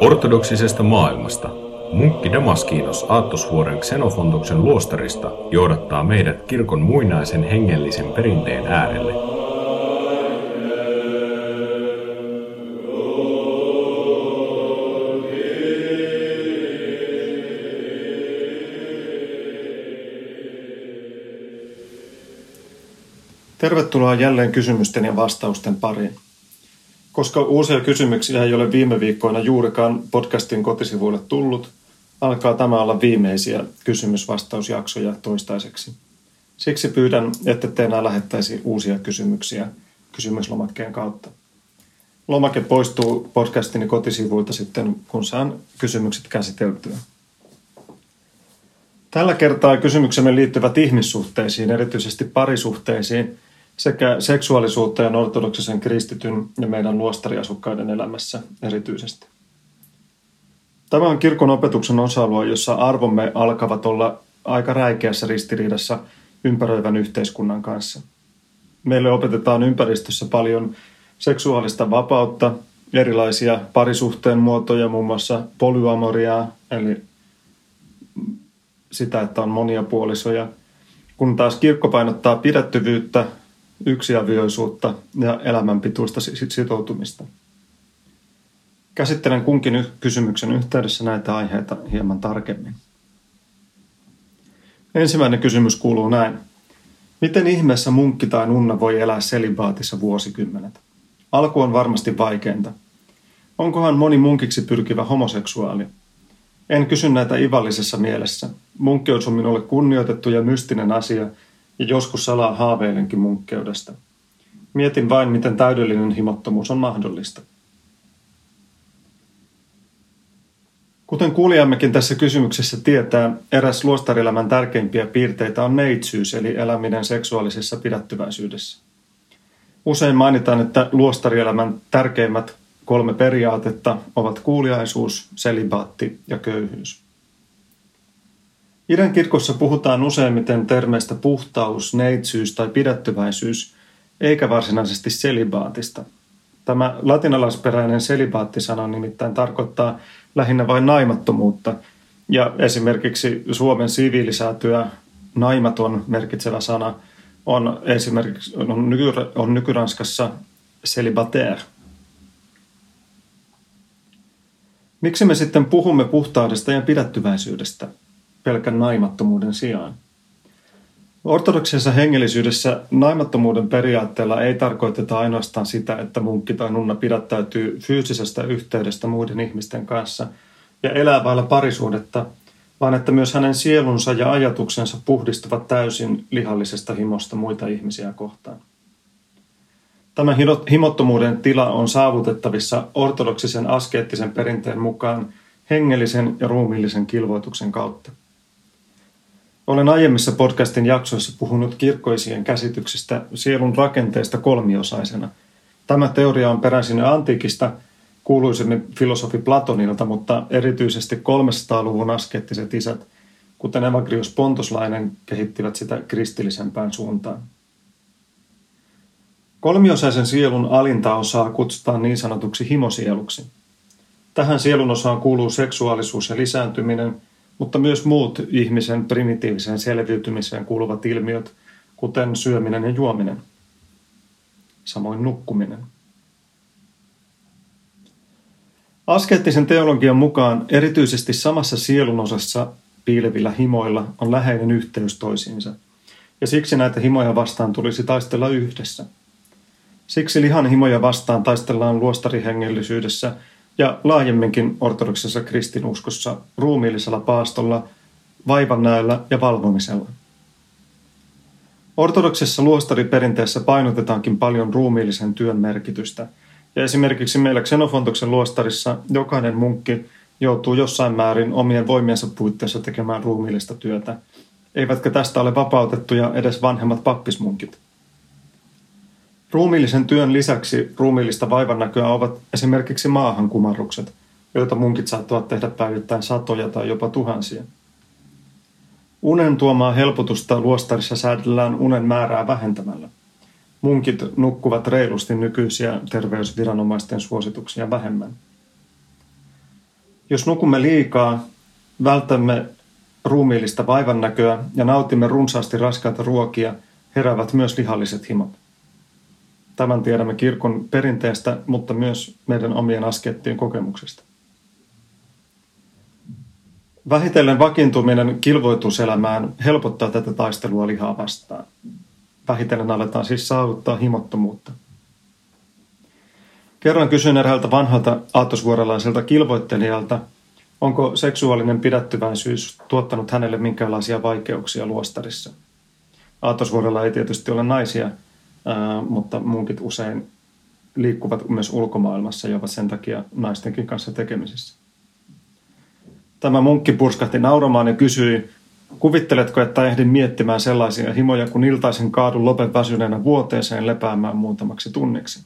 Ortodoksisesta maailmasta. Munkki Damaskinos Aattosvuoren Xenofontoksen luostarista johdattaa meidät kirkon muinaisen hengellisen perinteen äärelle. Tervetuloa jälleen kysymysten ja vastausten pariin. Koska uusia kysymyksiä ei ole viime viikkoina juurikaan podcastin kotisivuille tullut, alkaa tämä olla viimeisiä kysymysvastausjaksoja toistaiseksi. Siksi pyydän, että te enää lähettäisi uusia kysymyksiä kysymyslomakkeen kautta. Lomake poistuu podcastini kotisivuilta sitten, kun saan kysymykset käsiteltyä. Tällä kertaa kysymyksemme liittyvät ihmissuhteisiin, erityisesti parisuhteisiin, sekä seksuaalisuuteen ortodoksisen kristityn ja meidän luostariasukkaiden elämässä erityisesti. Tämä on kirkon opetuksen osa-alue, jossa arvomme alkavat olla aika räikeässä ristiriidassa ympäröivän yhteiskunnan kanssa. Meille opetetaan ympäristössä paljon seksuaalista vapautta, erilaisia parisuhteen muotoja, muun muassa polyamoriaa, eli sitä, että on monia puolisoja, kun taas kirkko painottaa pidättyvyyttä, yksiavioisuutta ja elämänpituista sitoutumista. Käsittelen kunkin kysymyksen yhteydessä näitä aiheita hieman tarkemmin. Ensimmäinen kysymys kuuluu näin. Miten ihmeessä munkki tai nunna voi elää selibaatissa vuosikymmenet? Alku on varmasti vaikeinta. Onkohan moni munkiksi pyrkivä homoseksuaali? En kysy näitä ivallisessa mielessä. Munkkeus on minulle kunnioitettu ja mystinen asia, ja joskus salaa haaveilenkin munkkeudesta. Mietin vain, miten täydellinen himottomuus on mahdollista. Kuten kuulijammekin tässä kysymyksessä tietää, eräs luostarielämän tärkeimpiä piirteitä on neitsyys, eli eläminen seksuaalisessa pidättyväisyydessä. Usein mainitaan, että luostarielämän tärkeimmät 3 periaatetta ovat kuuliaisuus, selibaatti ja köyhyys. Idän kirkossa puhutaan useimmiten termeistä puhtaus, neitsyys tai pidättyväisyys, eikä varsinaisesti selibaatista. Tämä latinalaisperäinen selibaattisana nimittäin tarkoittaa lähinnä vain naimattomuutta, ja esimerkiksi Suomen siviilisäätyä naimaton merkitsevä sana on nykyranskassa célibataire. Miksi me sitten puhumme puhtaudesta ja pidättyväisyydestä pelkän naimattomuuden sijaan? Ortodoksisessa hengellisyydessä naimattomuuden periaatteella ei tarkoiteta ainoastaan sitä, että munkki tai nunna pidättäytyy fyysisestä yhteydestä muiden ihmisten kanssa ja elää vailla parisuhdetta, vaan että myös hänen sielunsa ja ajatuksensa puhdistuvat täysin lihallisesta himosta muita ihmisiä kohtaan. Tämä himottomuuden tila on saavutettavissa ortodoksisen askeettisen perinteen mukaan hengellisen ja ruumiillisen kilvoituksen kautta. Olen aiemmissa podcastin jaksoissa puhunut kirkkoisien käsityksestä sielun rakenteesta kolmiosaisena. Tämä teoria on peräisin antiikista kuuluisemmin filosofi Platonilta, mutta erityisesti 300-luvun askeettiset isät, kuten Evagrios Pontoslainen, kehittivät sitä kristillisempään suuntaan. Kolmiosaisen sielun alinta osaa kutsutaan niin sanotuksi himosieluksi. Tähän sielun osaan kuuluu seksuaalisuus ja lisääntyminen, mutta myös muut ihmisen primitiiviseen selviytymiseen kuuluvat ilmiöt, kuten syöminen ja juominen. Samoin nukkuminen. Askeettisen teologian mukaan erityisesti samassa sielunosassa piilevillä himoilla on läheinen yhteys toisiinsa, ja siksi näitä himoja vastaan tulisi taistella yhdessä. Siksi lihan himoja vastaan taistellaan luostarihengellisyydessä ja laajemminkin ortodoksisessa kristinuskossa ruumiillisella paastolla, vaivannäöllä ja valvomisella. Ortodoksisessa luostariperinteessä painotetaankin paljon ruumiillisen työn merkitystä, ja esimerkiksi meillä Xenofontoksen luostarissa jokainen munkki joutuu jossain määrin omien voimiensa puitteissa tekemään ruumiillista työtä, eivätkä tästä ole vapautettuja edes vanhemmat pappismunkit. Ruumiillisen työn lisäksi ruumiillista vaivannäköä ovat esimerkiksi maahankumarrukset, joita munkit saattavat tehdä päivittäin satoja tai jopa tuhansia. Unen tuomaa helpotusta luostarissa säädellään unen määrää vähentämällä. Munkit nukkuvat reilusti nykyisiä terveysviranomaisten suosituksia vähemmän. Jos nukumme liikaa, vältämme ruumiillista vaivannäköä ja nautimme runsaasti raskaita ruokia, heräävät myös lihalliset himot. Tämän tiedämme kirkon perinteestä, mutta myös meidän omien askeettien kokemuksesta. Vähitellen vakiintuminen kilvoituselämään helpottaa tätä taistelua lihaa vastaan. Vähitellen aletaan siis saavuttaa himottomuutta. Kerran kysyin eräältä vanhalta aattosvuorelaiselta kilvoittelijalta, onko seksuaalinen pidättyväisyys tuottanut hänelle minkälaisia vaikeuksia luostarissa. Aattosvuorella ei tietysti ole naisia, mutta munkit usein liikkuvat myös ulkomaailmassa ja ovat sen takia naistenkin kanssa tekemisissä. Tämä munkki purskahti nauramaan ja kysyi, kuvitteletko, että ehdin miettimään sellaisia himoja, kun iltaisin kaadun lopen väsyneenä vuoteeseen lepäämään muutamaksi tunniksi?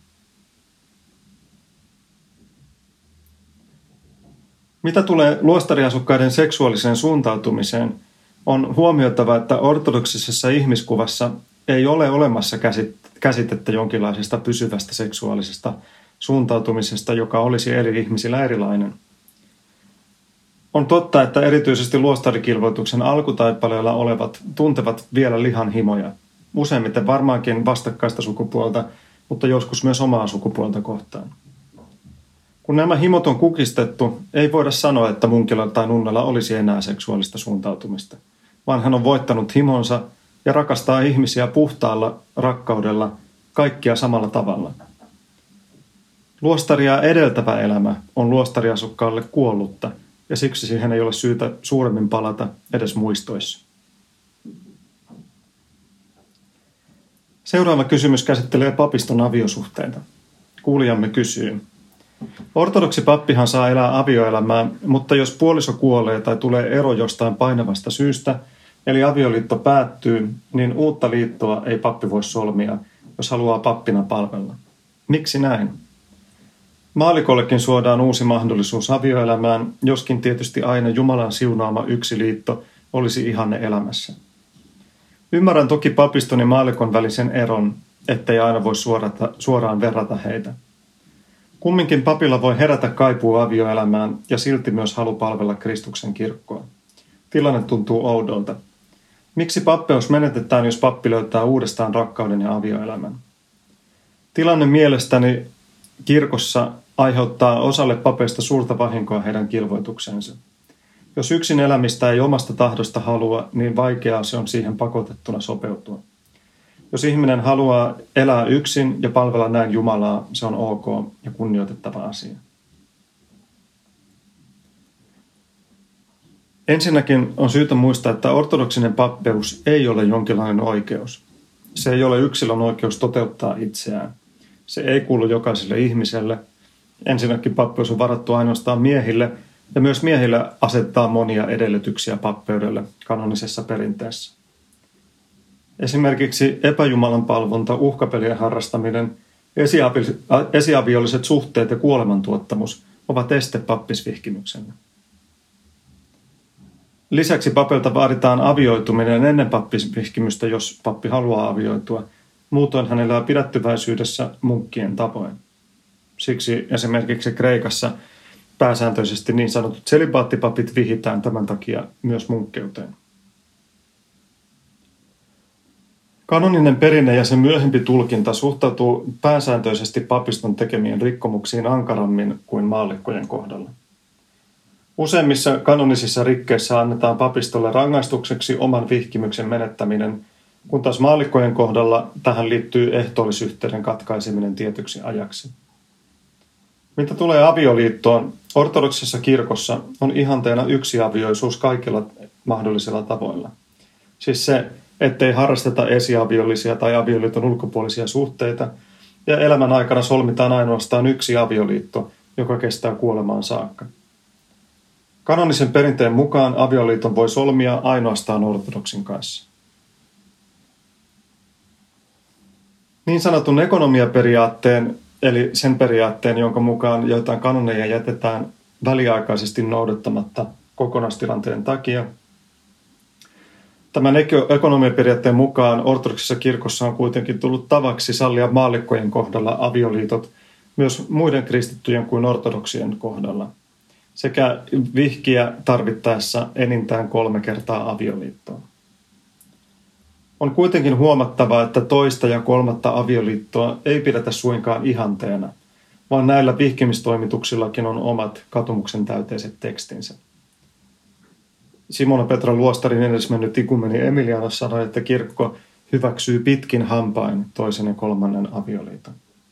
Mitä tulee luostariasukkaiden seksuaaliseen suuntautumiseen, on huomioitava, että ortodoksisessa ihmiskuvassa ei ole olemassa käsitettä jonkinlaisesta pysyvästä seksuaalisesta suuntautumisesta, joka olisi eri ihmisillä erilainen. On totta, että erityisesti luostarikilvoituksen alkutaipaleella olevat tuntevat vielä lihan himoja. Useimmiten varmaankin vastakkaista sukupuolta, mutta joskus myös omaa sukupuolta kohtaan. Kun nämä himot on kukistettu, ei voida sanoa, että munkilla tai nunnalla olisi enää seksuaalista suuntautumista, vaan hän on voittanut himonsa ja rakastaa ihmisiä puhtaalla rakkaudella, kaikkia samalla tavalla. Luostaria edeltävä elämä on luostariasukkaalle kuollutta, ja siksi siihen ei ole syytä suuremmin palata edes muistoissa. Seuraava kysymys käsittelee papiston aviosuhteita. Kuulijamme kysyy. Ortodoksi pappihan saa elää avioelämää, mutta jos puoliso kuolee tai tulee ero jostain painavasta syystä, eli avioliitto päättyy, niin uutta liittoa ei pappi voi solmia, jos haluaa pappina palvella. Miksi näin? Maallikollekin suodaan uusi mahdollisuus avioelämään, joskin tietysti aina Jumalan siunaama yksi liitto olisi ihanne elämässä. Ymmärrän toki papiston ja maallikon välisen eron, ettei aina voi suoraan verrata heitä. Kumminkin papilla voi herätä kaipuu avioelämään ja silti myös halu palvella Kristuksen kirkkoa. Tilanne tuntuu oudolta. Miksi pappeus menetetään, jos pappi löytää uudestaan rakkauden ja avioelämän? Tilanne mielestäni kirkossa aiheuttaa osalle papeista suurta vahinkoa heidän kilvoitukseensa. Jos yksin elämistä ei omasta tahdosta halua, niin vaikeaa se on siihen pakotettuna sopeutua. Jos ihminen haluaa elää yksin ja palvella näin Jumalaa, se on ok ja kunnioitettava asia. Ensinnäkin on syytä muistaa, että ortodoksinen pappeus ei ole jonkinlainen oikeus. Se ei ole yksilön oikeus toteuttaa itseään. Se ei kuulu jokaiselle ihmiselle. Ensinnäkin pappeus on varattu ainoastaan miehille, ja myös miehille asettaa monia edellytyksiä pappeudelle kanonisessa perinteessä. Esimerkiksi epäjumalan palvonta, uhkapelien harrastaminen, esiaviolliset suhteet ja kuolemantuottamus ovat este pappisvihkimykselle. Lisäksi papilta vaaditaan avioituminen ennen pappisvihkimystä, jos pappi haluaa avioitua. Muutoin hän elää pidättyväisyydessä munkkien tavoin. Siksi esimerkiksi Kreikassa pääsääntöisesti niin sanotut selibaattipapit vihitään tämän takia myös munkkeuteen. Kanoninen perinne ja sen myöhempi tulkinta suhtautuu pääsääntöisesti papiston tekemiin rikkomuksiin ankarammin kuin maallikkojen kohdalla. Useimmissa kanonisissa rikkeissä annetaan papistolle rangaistukseksi oman vihkimyksen menettäminen, kun taas maallikkojen kohdalla tähän liittyy ehtoollisyhteyden katkaiseminen tietyksi ajaksi. Mitä tulee avioliittoon, ortodoksisessa kirkossa on ihanteena yksiavioisuus kaikilla mahdollisilla tavoilla. Siis se, ettei harrasteta esiaviollisia tai avioliiton ulkopuolisia suhteita, ja elämän aikana solmitaan ainoastaan yksi avioliitto, joka kestää kuolemaan saakka. Kanonisen perinteen mukaan avioliiton voi solmia ainoastaan ortodoksin kanssa. Niin sanotun ekonomiaperiaatteen, eli sen periaatteen, jonka mukaan joitain kanoneja jätetään väliaikaisesti noudattamatta kokonaistilanteen takia. Tämän ekonomiaperiaatteen mukaan ortodoksisessa kirkossa on kuitenkin tullut tavaksi sallia maallikkojen kohdalla avioliitot myös muiden kristittyjen kuin ortodoksien kohdalla. sekä vihkiä tarvittaessa enintään 3 kertaa avioliittoon. On kuitenkin huomattava, että toista ja 3. avioliittoa ei pidetä suinkaan ihanteena, vaan näillä vihkimistoimituksillakin on omat katumuksen täyteiset tekstinsä. Simona Petra Luostarin edesmennyt ikumeni Emilianus sanoi, että kirkko hyväksyy pitkin hampain 2. ja 3. avioliiton.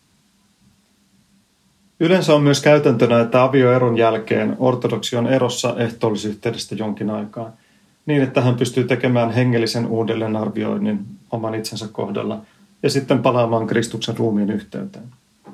Yleensä on myös käytäntönä, että avioeron jälkeen ortodoksi on erossa ehtoollisyhteydestä jonkin aikaa, niin että hän pystyy tekemään hengellisen uudelleenarvioinnin oman itsensä kohdalla ja sitten palaamaan Kristuksen ruumiin yhteyteen.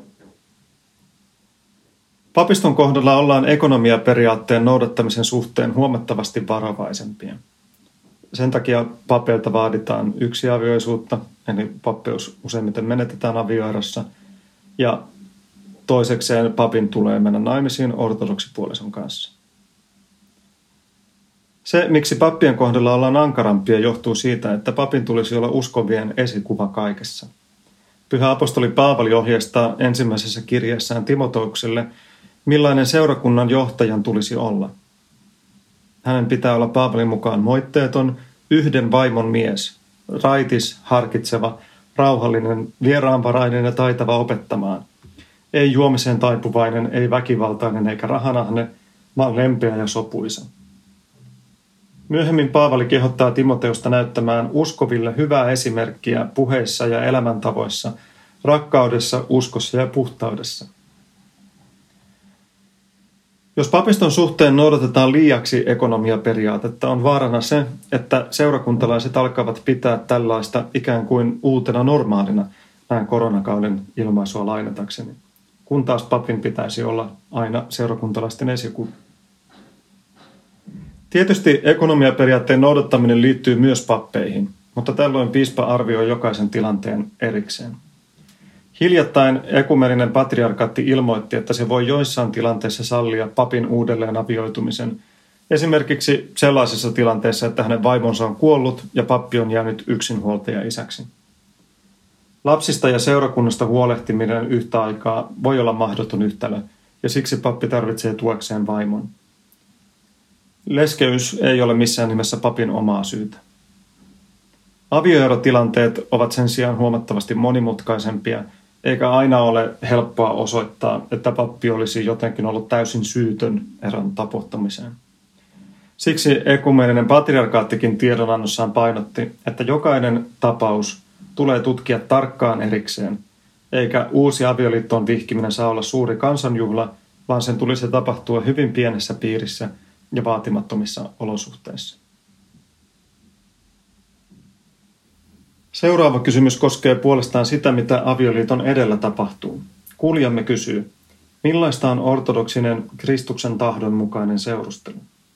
Papiston kohdalla ollaan ekonomiaperiaatteen noudattamisen suhteen huomattavasti varovaisempia. Sen takia papeilta vaaditaan yksiavioisuutta, eli pappeus useimmiten menetetään avioerossa, ja toisekseen papin tulee mennä naimisiin ortodoksipuolison kanssa. Se, miksi pappien kohdalla ollaan ankarampia, johtuu siitä, että papin tulisi olla uskovien esikuva kaikessa. Pyhä apostoli Paavali ohjeistaa ensimmäisessä kirjeessään Timoteukselle, millainen seurakunnan johtajan tulisi olla. Hänen pitää olla Paavalin mukaan moitteeton, yhden vaimon mies, raitis, harkitseva, rauhallinen, vieraanvarainen ja taitava opettamaan. Ei juomiseen taipuvainen, ei väkivaltainen eikä rahanahne, vaan lempeä ja sopuisa. Myöhemmin Paavali kehottaa Timoteusta näyttämään uskoville hyvää esimerkkiä puheissa ja elämäntavoissa, rakkaudessa, uskossa ja puhtaudessa. Jos papiston suhteen noudatetaan liiaksi ekonomiaperiaatetta, on vaarana se, että seurakuntalaiset alkavat pitää tällaista ikään kuin uutena normaalina, näin koronakauden ilmaisua lainatakseni, kun taas papin pitäisi olla aina seurakuntalaisten esikuva. Tietysti ekonomiaperiaatteen noudattaminen liittyy myös pappeihin, mutta tällöin piispa arvioi jokaisen tilanteen erikseen. Hiljattain ekumeninen patriarkaatti ilmoitti, että se voi joissain tilanteissa sallia papin uudelleen avioitumisen, esimerkiksi sellaisessa tilanteessa, että hänen vaimonsa on kuollut ja pappi on jäänyt yksinhuoltaja isäksi. Lapsista ja seurakunnasta huolehtiminen yhtä aikaa voi olla mahdoton yhtälö, ja siksi pappi tarvitsee tuekseen vaimon. Leskeys ei ole missään nimessä papin omaa syytä. Avioerotilanteet ovat sen sijaan huomattavasti monimutkaisempia, eikä aina ole helppoa osoittaa, että pappi olisi jotenkin ollut täysin syytön eron tapahtumiseen. Siksi ekumeninen patriarkaattikin tiedonannossaan painotti, että jokainen tapaus tulee tutkia tarkkaan erikseen, eikä uusi avioliittoon vihkiminen saa olla suuri kansanjuhla, vaan sen tulisi tapahtua hyvin pienessä piirissä ja vaatimattomissa olosuhteissa. Seuraava kysymys koskee puolestaan sitä, mitä avioliiton edellä tapahtuu. Kuulijamme kysyy, millaista on ortodoksinen Kristuksen tahdon mukainen seurustelu?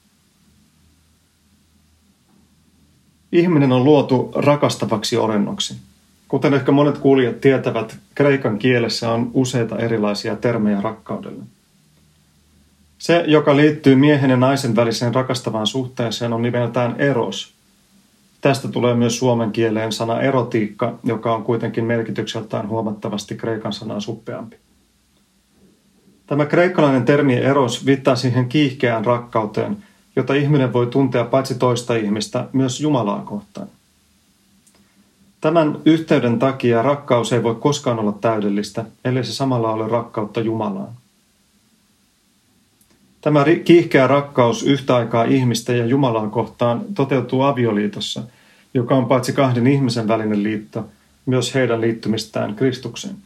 Ihminen on luotu rakastavaksi olennoksi. Kuten ehkä monet kuulijat tietävät, kreikan kielessä on useita erilaisia termejä rakkaudelle. Se, joka liittyy miehen ja naisen väliseen rakastavaan suhteeseen, on nimeltään eros. Tästä tulee myös suomen kieleen sana erotiikka, joka on kuitenkin merkitykseltään huomattavasti kreikan sanaa suppeampi. Tämä kreikkalainen termi eros viittaa siihen kiihkeään rakkauteen, jota ihminen voi tuntea paitsi toista ihmistä, myös Jumalaa kohtaan. Tämän yhteyden takia rakkaus ei voi koskaan olla täydellistä, ellei se samalla ole rakkautta Jumalaan. Tämä kiihkeä rakkaus yhtä aikaa ihmistä ja Jumalaa kohtaan toteutuu avioliitossa, joka on paitsi kahden ihmisen välinen liitto, myös heidän liittymistään Kristukseen.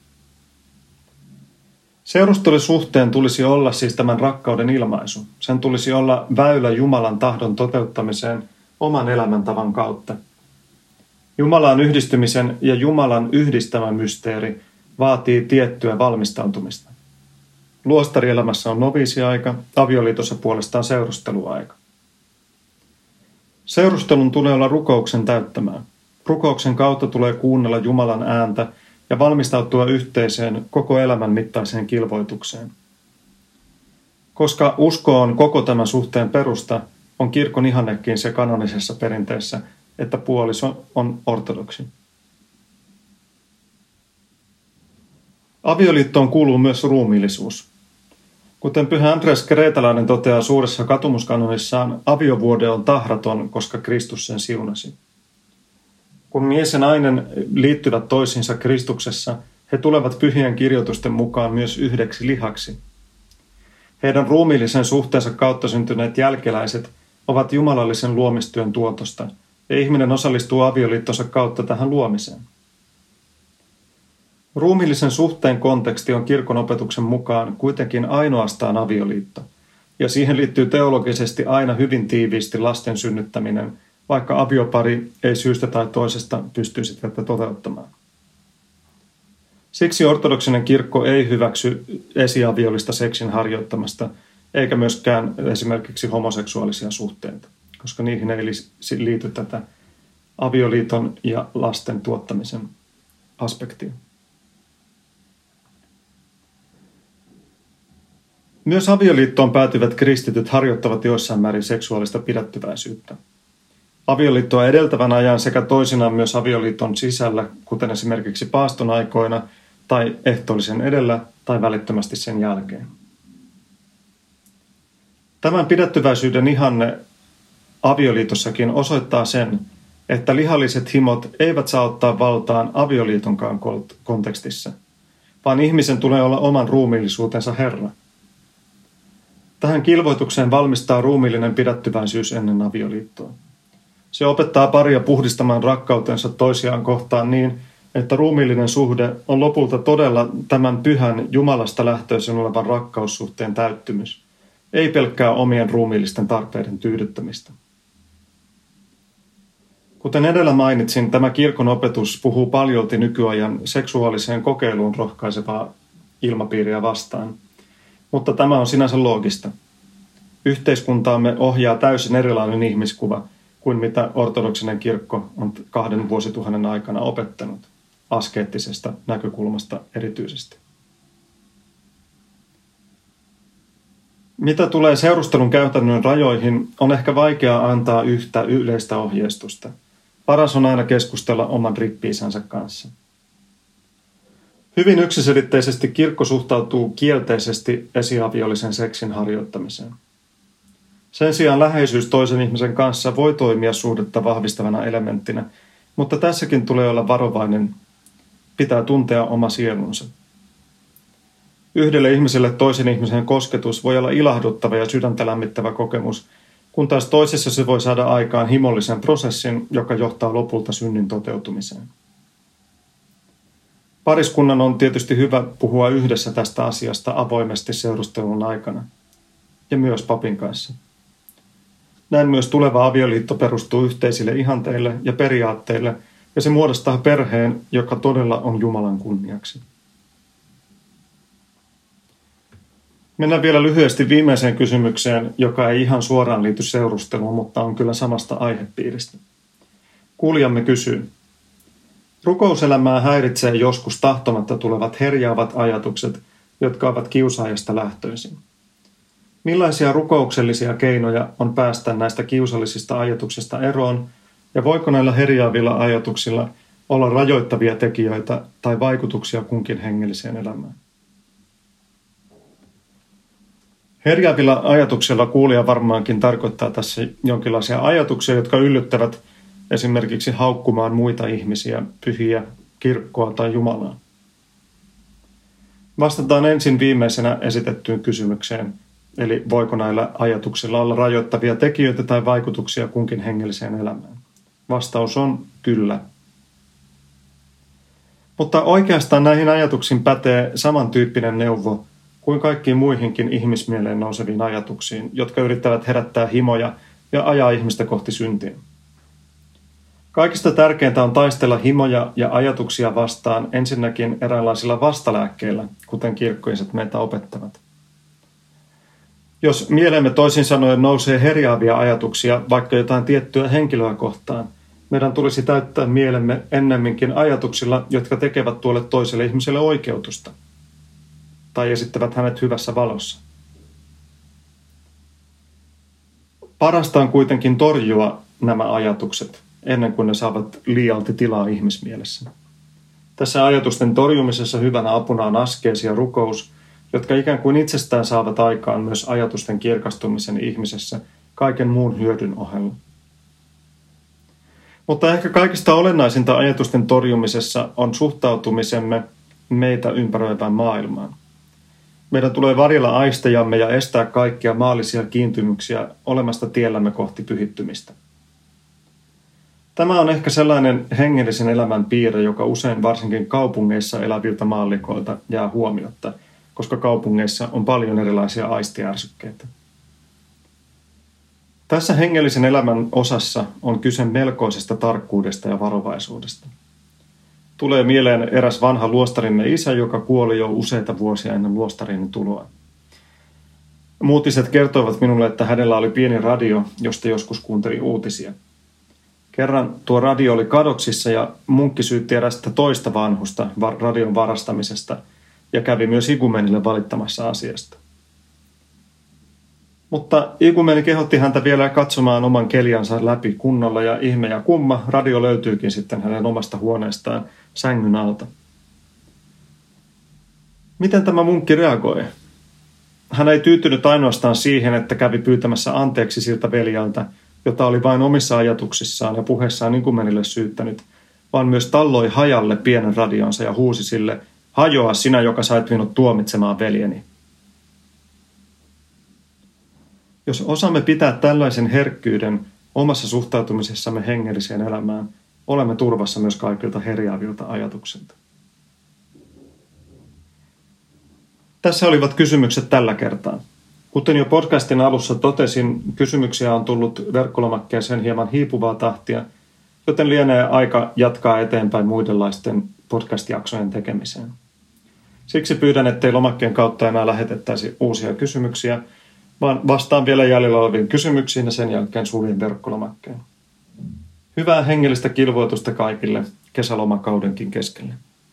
Seurustelusuhteen tulisi olla siis tämän rakkauden ilmaisu. Sen tulisi olla väylä Jumalan tahdon toteuttamiseen oman elämäntavan kautta. Jumalaan yhdistymisen ja Jumalan yhdistämä mysteeri vaatii tiettyä valmistautumista. Luostarielämässä on noviisiaika, avioliitossa puolestaan seurusteluaika. Seurustelun tulee olla rukouksen täyttämää. Rukouksen kautta tulee kuunnella Jumalan ääntä ja valmistautua yhteiseen koko elämän mittaiseen kilvoitukseen. Koska usko on koko tämän suhteen perusta, on kirkon ihannekin se kanonisessa perinteessä, että puoliso on ortodoksi. Avioliittoon kuuluu myös ruumiillisuus. Kuten pyhä Andreas Kreetalainen toteaa suuressa katumuskanonissaan, aviovuode on tahraton, koska Kristus sen siunasi. Kun mies ja nainen liittyvät toisiinsa Kristuksessa, he tulevat pyhien kirjoitusten mukaan myös yhdeksi lihaksi. Heidän ruumiillisen suhteensa kautta syntyneet jälkeläiset ovat jumalallisen luomistyön tuotosta, ja ihminen osallistuu avioliittonsa kautta tähän luomiseen. Ruumiillisen suhteen konteksti on kirkon opetuksen mukaan kuitenkin ainoastaan avioliitto, ja siihen liittyy teologisesti aina hyvin tiiviisti lasten synnyttäminen, vaikka aviopari ei syystä tai toisesta pystyisi tätä toteuttamaan. Siksi ortodoksinen kirkko ei hyväksy esiaviollista seksin harjoittamasta, eikä myöskään esimerkiksi homoseksuaalisia suhteita, koska niihin ei liity tätä avioliiton ja lasten tuottamisen aspektia. Myös avioliittoon päätyvät kristityt harjoittavat joissain määrin seksuaalista pidättyväisyyttä. Avioliittoa edeltävän ajan sekä toisinaan myös avioliiton sisällä, kuten esimerkiksi paaston aikoina tai ehtoollisen edellä tai välittömästi sen jälkeen. Tämän pidättyväisyyden ihanne avioliitossakin osoittaa sen, että lihalliset himot eivät saa ottaa valtaan avioliitonkaan kontekstissa, vaan ihmisen tulee olla oman ruumiillisuutensa herra. Tähän kilvoitukseen valmistaa ruumiillinen pidättyväisyys ennen avioliittoa. Se opettaa paria puhdistamaan rakkautensa toisiaan kohtaan niin, että ruumiillinen suhde on lopulta todella tämän pyhän Jumalasta lähtöisin olevan rakkaussuhteen täyttymys, ei pelkkää omien ruumiillisten tarpeiden tyydyttämistä. Kuten edellä mainitsin, tämä kirkon opetus puhuu paljolti nykyajan seksuaaliseen kokeiluun rohkaisevaa ilmapiiriä vastaan, mutta tämä on sinänsä loogista. Yhteiskuntaamme ohjaa täysin erilainen ihmiskuva kuin mitä ortodoksinen kirkko on 2 vuosituhannen aikana opettanut, askeettisesta näkökulmasta erityisesti. Mitä tulee seurustelun käytännön rajoihin, on ehkä vaikea antaa yhtä yleistä ohjeistusta. Paras on aina keskustella oman rippi-isänsä kanssa. Hyvin yksiselitteisesti kirkko suhtautuu kielteisesti esiaviollisen seksin harjoittamiseen. Sen sijaan läheisyys toisen ihmisen kanssa voi toimia suhdetta vahvistavana elementtinä, mutta tässäkin tulee olla varovainen, pitää tuntea oma sielunsa. Yhdelle ihmiselle toisen ihmisen kosketus voi olla ilahduttava ja sydäntä lämmittävä kokemus, kun taas toisessa se voi saada aikaan himollisen prosessin, joka johtaa lopulta synnin toteutumiseen. Pariskunnan on tietysti hyvä puhua yhdessä tästä asiasta avoimesti seurustelun aikana, ja myös papin kanssa. Näin myös tuleva avioliitto perustuu yhteisille ihanteille ja periaatteille, ja se muodostaa perheen, joka todella on Jumalan kunniaksi. Mennään vielä lyhyesti viimeiseen kysymykseen, joka ei ihan suoraan liity seurusteluun, mutta on kyllä samasta aihepiiristä. Kuulijamme kysyy: rukouselämää häiritsee joskus tahtomatta tulevat herjaavat ajatukset, jotka ovat kiusaajasta lähtöisin. Millaisia rukouksellisia keinoja on päästä näistä kiusallisista ajatuksista eroon, ja voiko näillä herjaavilla ajatuksilla olla rajoittavia tekijöitä tai vaikutuksia kunkin hengelliseen elämään? Herjaavilla ajatuksilla kuulija varmaankin tarkoittaa tässä jonkinlaisia ajatuksia, jotka yllyttävät esimerkiksi haukkumaan muita ihmisiä, pyhiä, kirkkoa tai Jumalaa. Vastataan ensin viimeisenä esitettyyn kysymykseen, eli voiko näillä ajatuksilla olla rajoittavia tekijöitä tai vaikutuksia kunkin hengelliseen elämään. Vastaus on kyllä. Mutta oikeastaan näihin ajatuksiin pätee samantyyppinen neuvo kuin kaikkiin muihinkin ihmismieleen nouseviin ajatuksiin, jotka yrittävät herättää himoja ja ajaa ihmistä kohti syntiä. Kaikista tärkeintä on taistella himoja ja ajatuksia vastaan ensinnäkin eräänlaisilla vastalääkkeillä, kuten kirkkoiset meitä opettavat. Jos mieleemme toisin sanoen nousee herjaavia ajatuksia vaikka jotain tiettyä henkilöä kohtaan, meidän tulisi täyttää mielemme ennemminkin ajatuksilla, jotka tekevät tuolle toiselle ihmiselle oikeutusta tai esittävät hänet hyvässä valossa. Parasta on kuitenkin torjua nämä ajatukset ennen kuin ne saavat liialti tilaa ihmismielessä. Tässä ajatusten torjumisessa hyvänä apuna on askeesi ja rukous, jotka ikään kuin itsestään saavat aikaan myös ajatusten kirkastumisen ihmisessä kaiken muun hyödyn ohella. Mutta ehkä kaikista olennaisinta ajatusten torjumisessa on suhtautumisemme meitä ympäröivään maailmaan. Meidän tulee varjella aistejamme ja estää kaikkia maallisia kiintymyksiä olemasta tiellämme kohti pyhittymistä. Tämä on ehkä sellainen hengellisen elämän piirre, joka usein varsinkin kaupungeissa eläviltä maallikoilta jää huomiotta, koska kaupungeissa on paljon erilaisia aistiärsykkeitä. Tässä hengellisen elämän osassa on kyse melkoisesta tarkkuudesta ja varovaisuudesta. Tulee mieleen eräs vanha luostarimme isä, joka kuoli jo useita vuosia ennen luostariin tuloa. Muutiset kertoivat minulle, että hänellä oli pieni radio, josta joskus kuunteli uutisia. Kerran tuo radio oli kadoksissa ja munkki syytti erästä toista vanhusta radion varastamisesta ja kävi myös igumenille valittamassa asiasta. Mutta igumeni kehotti häntä vielä katsomaan oman keliansa läpi kunnolla ja ihme ja kumma, radio löytyykin sitten hänen omasta huoneestaan sängyn alta. Miten tämä munkki reagoi? Hän ei tyytynyt ainoastaan siihen, että kävi pyytämässä anteeksi siltä veljeltä, jota oli vain omissa ajatuksissaan ja puheessaan igumenille syyttänyt, vaan myös talloi hajalle pienen radionsa ja huusi sille, hajoa sinä, joka sait minut tuomitsemaan veljeni. Jos osaamme pitää tällaisen herkkyyden omassa suhtautumisessamme hengelliseen elämään, olemme turvassa myös kaikilta herjaavilta ajatuksilta. Tässä olivat kysymykset tällä kertaa. Kuten jo podcastin alussa totesin, kysymyksiä on tullut verkkolomakkeeseen hieman hiipuvaa tahtia, joten lienee aika jatkaa eteenpäin muidenlaisten podcast-jaksojen tekemiseen. Siksi pyydän, ettei lomakkeen kautta enää lähetettäisi uusia kysymyksiä, vaan vastaan vielä jäljellä oleviin kysymyksiin ja sen jälkeen suljen verkkolomakkeen. Hyvää hengellistä kilvoitusta kaikille kesälomakaudenkin keskelle.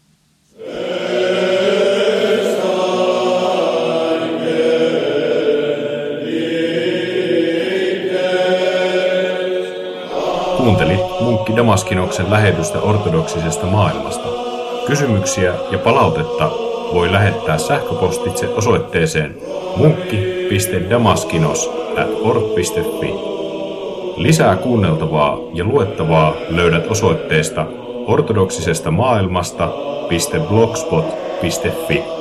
Kuuntelit Munkki Damaskinoksen lähetystä ortodoksisesta maailmasta. Kysymyksiä ja palautetta voi lähettää sähköpostitse osoitteeseen munkki.damaskinos@org.fi. Lisää kuunneltavaa ja luettavaa löydät osoitteesta ortodoksisesta maailmasta.blogspot.fi.